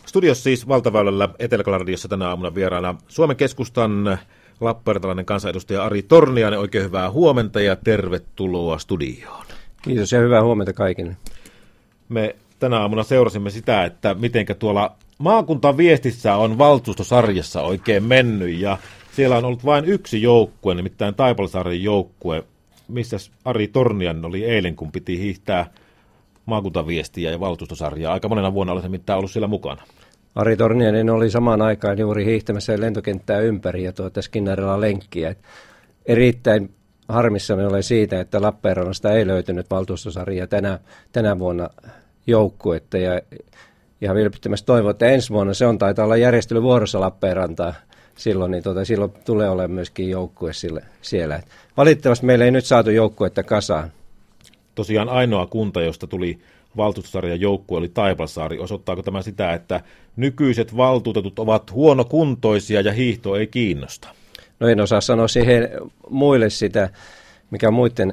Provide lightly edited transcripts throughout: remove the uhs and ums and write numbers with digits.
Studiossa siis Valtaväylällä Etelä-Radiossa tänä aamuna vieraana Suomen keskustan lappeenrantalainen kansanedustaja Ari Torniainen. Oikein hyvää huomenta ja tervetuloa studioon. Kiitos ja hyvää huomenta kaikille. Me tänä aamuna seurasimme sitä, että mitenkä tuolla maakuntaviestissä on valtuustosarjassa oikein mennyt ja siellä on ollut vain yksi joukkue, nimittäin Taipalsaaren joukkue. Missä Ari Torniainen oli eilen, kun piti hiihtää maakuntaviestiä ja valtuustosarjaa? Aika monena vuonna olisi nimittäin ollut siellä mukana. Ari Torniainen oli samaan aikaan juuri hiihtämässä lentokenttää ympäri ja Skinnarilla lenkkiä. Erittäin harmissani olen siitä, että Lappeenrannasta ei löytynyt valtuustosarjaa tänä vuonna joukkuetta. Ja ihan vilpittömästi toivon, että ensi vuonna se on taitaa olla järjestelyvuorossa Lappeenrantaa. Silloin tulee olemaan myöskin joukkue siellä. Valitettavasti meillä ei nyt saatu joukkuetta kasaan. Tosiaan ainoa kunta, josta tuli valtuustosarjan joukkue, oli Taipalsaari. Osoittaako tämä sitä, että nykyiset valtuutetut ovat huonokuntoisia ja hiihto ei kiinnosta? No en osaa sanoa siihen muille sitä, mikä muiden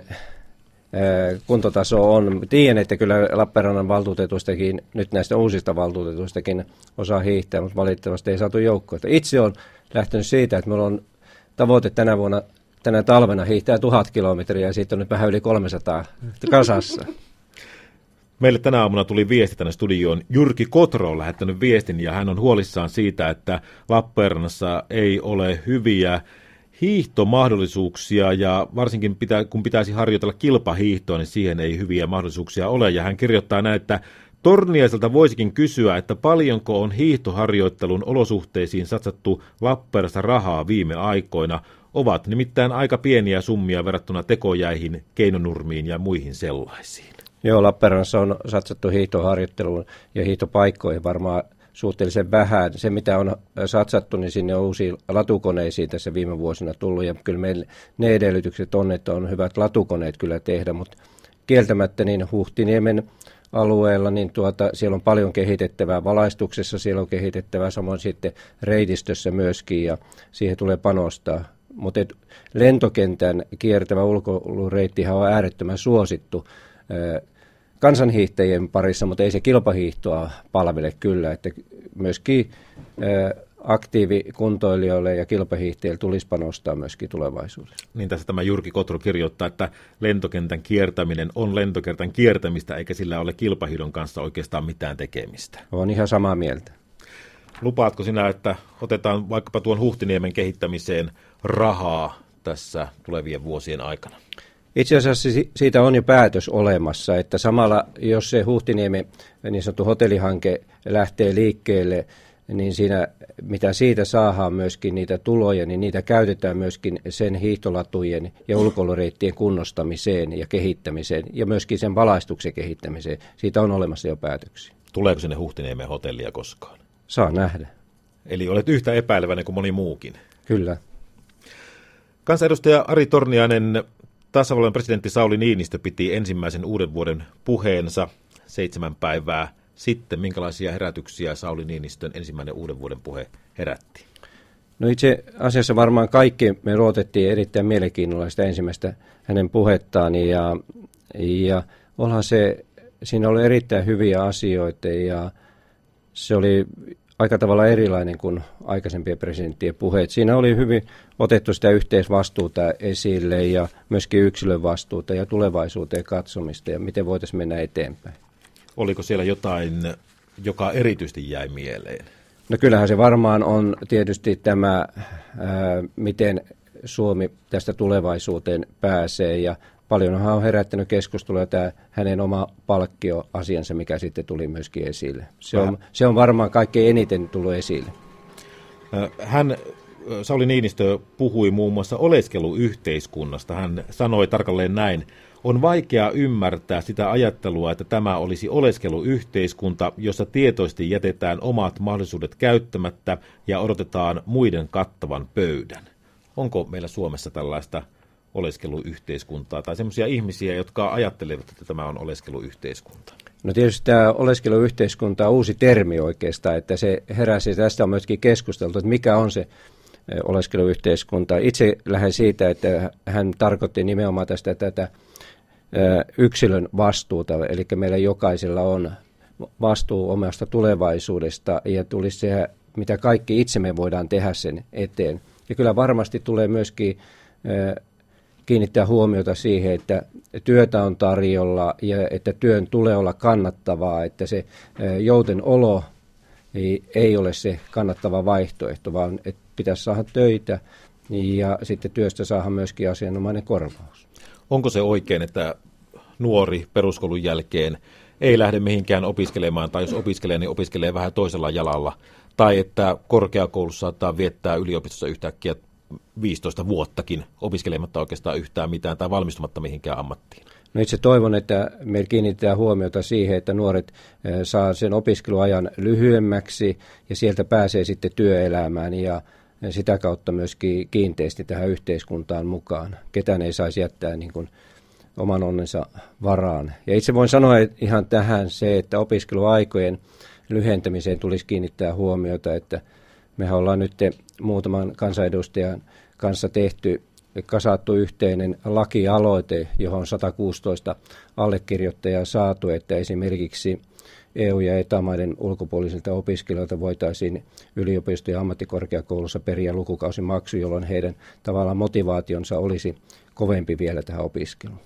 kuntotaso on. Tiedän, että kyllä Lappeenrannan valtuutetuistakin, nyt näistä uusista valtuutetuistakin osaa hiihtää, mutta valitettavasti ei saatu joukkoita. Itse olen lähtenyt siitä, että meillä on tavoite tänä talvena hiihtää 1000 kilometriä ja siitä on nyt vähän yli 300 kasassa. Meille tänä aamuna tuli viesti tänne studioon. Jyrki Kotro on lähettänyt viestin ja hän on huolissaan siitä, että Lappeenrannassa ei ole hyviä hiihtomahdollisuuksia ja varsinkin kun pitäisi harjoitella kilpahiihtoa, niin siihen ei hyviä mahdollisuuksia ole. Ja hän kirjoittaa näin, että Torniaiselta voisikin kysyä, että paljonko on hiihtoharjoittelun olosuhteisiin satsattu Lappeenrannassa rahaa viime aikoina. Ovat nimittäin aika pieniä summia verrattuna tekojäihin, keinonurmiin ja muihin sellaisiin. Joo, Lappeenrannassa on satsattu hiihtoharjoitteluun ja hiihtopaikkoihin varmaan suhteellisen vähän. Se, mitä on satsattu, niin sinne on uusia latukoneisiin tässä viime vuosina tullut. Ja kyllä meillä ne edellytykset on, että on hyvät latukoneet kyllä tehdä, mutta kieltämättä niin Huhtiniemen alueella, niin siellä on paljon kehitettävää valaistuksessa, siellä on kehitettävää samoin sitten reitistössä myöskin ja siihen tulee panostaa. Mutta lentokentän kiertävä ulkoilureittihan on äärettömän suosittu kansanhiihtäjien parissa, mutta ei se kilpahiihtoa palvele kyllä, että myöskin aktiivikuntoilijoille ja kilpahiihtäjille tulisi panostaa myöskin tulevaisuudessa. Niin tässä tämä Jyrki Kotro kirjoittaa, että lentokentän kiertäminen on lentokentän kiertämistä, eikä sillä ole kilpahiidon kanssa oikeastaan mitään tekemistä. Olen ihan samaa mieltä. Lupaatko sinä, että otetaan vaikkapa tuon Huhtiniemen kehittämiseen rahaa tässä tulevien vuosien aikana? Itse asiassa siitä on jo päätös olemassa, että samalla jos se Huhtiniemen niin sanottu hotellihanke lähtee liikkeelle, niin siinä, mitä siitä saadaan myöskin niitä tuloja, niin niitä käytetään myöskin sen hiihtolatujen ja ulkoilureittien kunnostamiseen ja kehittämiseen ja myöskin sen valaistuksen kehittämiseen. Siitä on olemassa jo päätöksiä. Tuleeko sinne Huhtiniemen hotellia koskaan? Saa nähdä. Eli olet yhtä epäileväinen kuin moni muukin. Kyllä. Kansanedustaja Ari Torniainen, tasavallan presidentti Sauli Niinistö piti ensimmäisen uuden vuoden puheensa 7 päivää sitten. Minkälaisia herätyksiä Sauli Niinistön ensimmäinen uuden vuoden puhe herätti? No itse asiassa varmaan kaikki me luotettiin erittäin mielenkiinnolla sitä ensimmäistä hänen puhettaan ja onhan siinä oli erittäin hyviä asioita ja se oli aika tavalla erilainen kuin aikaisempien presidenttien puheet. Siinä oli hyvin otettu sitä yhteisvastuuta esille ja myöskin yksilön vastuuta ja tulevaisuuteen katsomista ja miten voitaisiin mennä eteenpäin. Oliko siellä jotain, joka erityisesti jäi mieleen? No kyllähän se varmaan on tietysti tämä, miten Suomi tästä tulevaisuuteen pääsee ja paljonhan on herättänyt keskustelua tämä hänen oma palkkioasiansa, mikä sitten tuli myöskin esille. Se on varmaan kaikkein eniten tullut esille. Sauli Niinistö puhui muun muassa oleskeluyhteiskunnasta. Hän sanoi tarkalleen näin: on vaikea ymmärtää sitä ajattelua, että tämä olisi oleskeluyhteiskunta, jossa tietoisesti jätetään omat mahdollisuudet käyttämättä ja odotetaan muiden kattavan pöydän. Onko meillä Suomessa tällaista oleskeluyhteiskuntaa tai sellaisia ihmisiä, jotka ajattelevat, että tämä on oleskeluyhteiskunta? No tietysti tämä oleskeluyhteiskunta on uusi termi oikeastaan, että se heräsi, tästä on myöskin keskusteltu, että mikä on se oleskeluyhteiskunta. Itse lähden siitä, että hän tarkoitti nimenomaan tätä yksilön vastuuta, eli meillä jokaisella on vastuu omasta tulevaisuudesta ja tulisi se, mitä kaikki itse me voidaan tehdä sen eteen. Ja kyllä varmasti tulee myöskin kiinnittää huomiota siihen, että työtä on tarjolla ja että työn tulee olla kannattavaa, että se jouten olo ei ole se kannattava vaihtoehto, vaan että pitäisi saada töitä ja sitten työstä saada myöskin asianomainen korvaus. Onko se oikein, että nuori peruskoulun jälkeen ei lähde mihinkään opiskelemaan, tai jos opiskelee, niin opiskelee vähän toisella jalalla, tai että korkeakoulussa saattaa viettää yliopistossa yhtäkkiä 15 vuottakin opiskelematta oikeastaan yhtään mitään tai valmistumatta mihinkään ammattiin? No itse toivon, että meillä kiinnitetään huomiota siihen, että nuoret saa sen opiskeluajan lyhyemmäksi ja sieltä pääsee sitten työelämään ja sitä kautta myöskin kiinteästi tähän yhteiskuntaan mukaan. Ketään ei saisi jättää niin kuin oman onnensa varaan. Ja itse voin sanoa ihan tähän se, että opiskeluaikojen lyhentämiseen tulisi kiinnittää huomiota, että mehän ollaan nyt muutaman kansanedustajan kanssa kasattu yhteinen lakialoite, johon on 116 allekirjoittajaa saatu, että esimerkiksi EU- ja ETA-maiden ulkopuolisilta opiskelijoilta voitaisiin yliopisto- ja ammattikorkeakoulussa periä lukukausimaksu, jolloin heidän tavallaan motivaationsa olisi kovempi vielä tähän opiskeluun.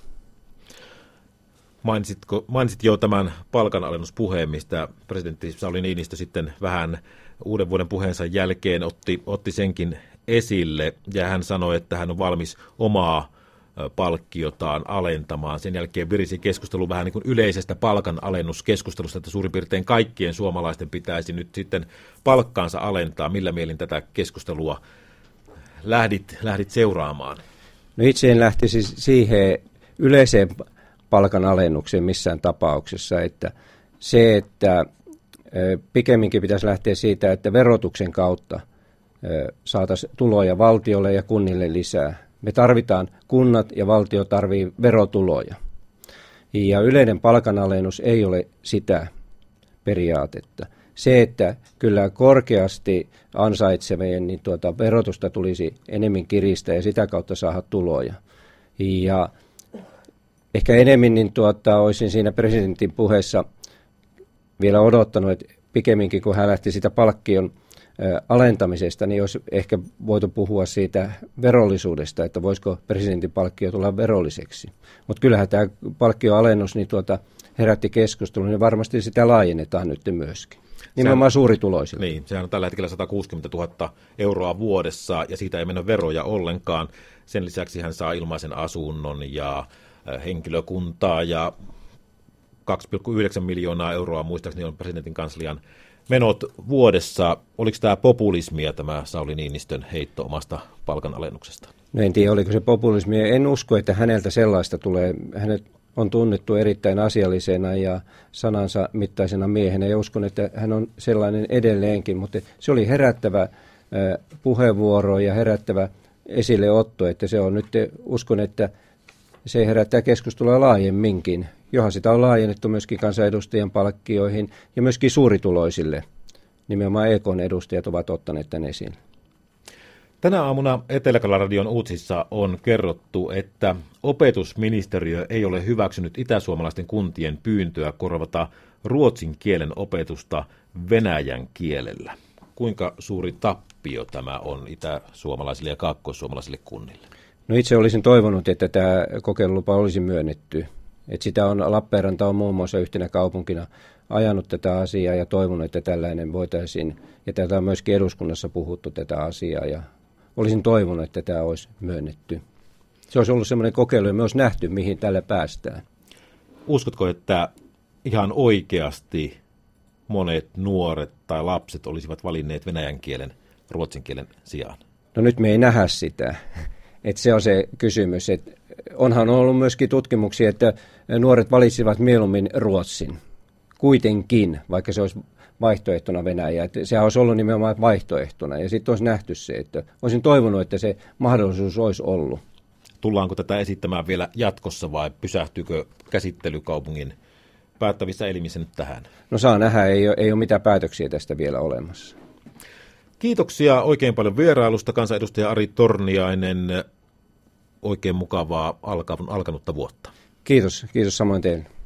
Mainitsit jo tämän palkanalennuspuheen, mistä presidentti Sauli Niinistö sitten vähän uuden vuoden puheensa jälkeen otti senkin esille, ja hän sanoi, että hän on valmis omaa palkkiotaan alentamaan. Sen jälkeen virisi keskustelu vähän niin kuin yleisestä palkanalennuskeskustelusta, että suurin piirtein kaikkien suomalaisten pitäisi nyt sitten palkkaansa alentaa. Millä mielin tätä keskustelua lähdit seuraamaan? No itse en lähtisi siihen yleiseen palkanalennukseen missään tapauksessa, että se, että pikemminkin pitäisi lähteä siitä, että verotuksen kautta saataisiin tuloja valtiolle ja kunnille lisää. Me tarvitaan, kunnat ja valtio tarvii verotuloja. Ja yleinen palkanalennus ei ole sitä periaatetta. Se, että kyllä korkeasti ansaitsevien niin verotusta tulisi enemmän kiristää ja sitä kautta saada tuloja. Ja ehkä enemmän niin olisin siinä presidentin puheessa vielä odottanut, että pikemminkin kun hän lähti sitä palkkion alentamisesta, niin olisi ehkä voitu puhua siitä verollisuudesta, että voisiko presidentin palkkio tulla verolliseksi. Mutta kyllähän tämä palkkioalennus niin herätti keskustelun, niin varmasti sitä laajennetaan nyt myöskin. Nimenomaan suurituloisille. Niin, sehän on tällä hetkellä 160 000 euroa vuodessa, ja siitä ei mennä veroja ollenkaan. Sen lisäksi hän saa ilmaisen asunnon ja henkilökuntaa, ja 2,9 miljoonaa euroa muistaakseni on presidentin kanslian menot vuodessa. Oliko tämä populismia, tämä Sauli Niinistön heitto omasta palkanalennuksesta? No en tiedä, oliko se populismia. En usko, että häneltä sellaista tulee. Hänet on tunnettu erittäin asiallisena ja sanansa mittaisena miehenä, ja uskon, että hän on sellainen edelleenkin, mutta se oli herättävä puheenvuoro ja herättävä esilleotto, että se on nyt, uskon, että se herättää keskustelua laajemminkin. Johan sitä on laajennettu myöskin kansanedustajien palkkioihin ja myöskin suurituloisille. Nimenomaan EK:n edustajat ovat ottaneet tämän esiin. Tänä aamuna Etelä-Karjalan uutisissa on kerrottu, että opetusministeriö ei ole hyväksynyt itäsuomalaisten kuntien pyyntöä korvata ruotsin kielen opetusta venäjän kielellä. Kuinka suuri tappio tämä on itäsuomalaisille ja kaakkoissuomalaisille kunnille? No itse olisin toivonut, että tämä kokeilulupa olisi myönnetty. Että sitä on, Lappeenranta on muun muassa yhtenä kaupunkina ajanut tätä asiaa ja toivonut, että tällainen voitaisiin, ja tätä on myöskin eduskunnassa puhuttu tätä asiaa, ja olisin toivonut, että tämä olisi myönnetty. Se olisi ollut semmoinen kokeilu, ja me olisi nähty, mihin tällä päästään. Uskotko, että ihan oikeasti monet nuoret tai lapset olisivat valinneet venäjän kielen ruotsin kielen sijaan? No nyt me ei nähdä sitä. Että se on se kysymys. Että onhan ollut myöskin tutkimuksia, että nuoret valitsisivat mieluummin ruotsin. Kuitenkin, vaikka se olisi vaihtoehtona Venäjä. Että sehän olisi ollut nimenomaan vaihtoehtona. Ja sitten olisi nähty se, että olisin toivonut, että se mahdollisuus olisi ollut. Tullaanko tätä esittämään vielä jatkossa vai pysähtyykö käsittely kaupungin päättävissä elimissä nyt tähän? No saa nähdä, ei ole mitään päätöksiä tästä vielä olemassa. Kiitoksia oikein paljon vierailusta, kansanedustaja Ari Torniainen. Oikein mukavaa alkanutta vuotta. Kiitos samoin teille.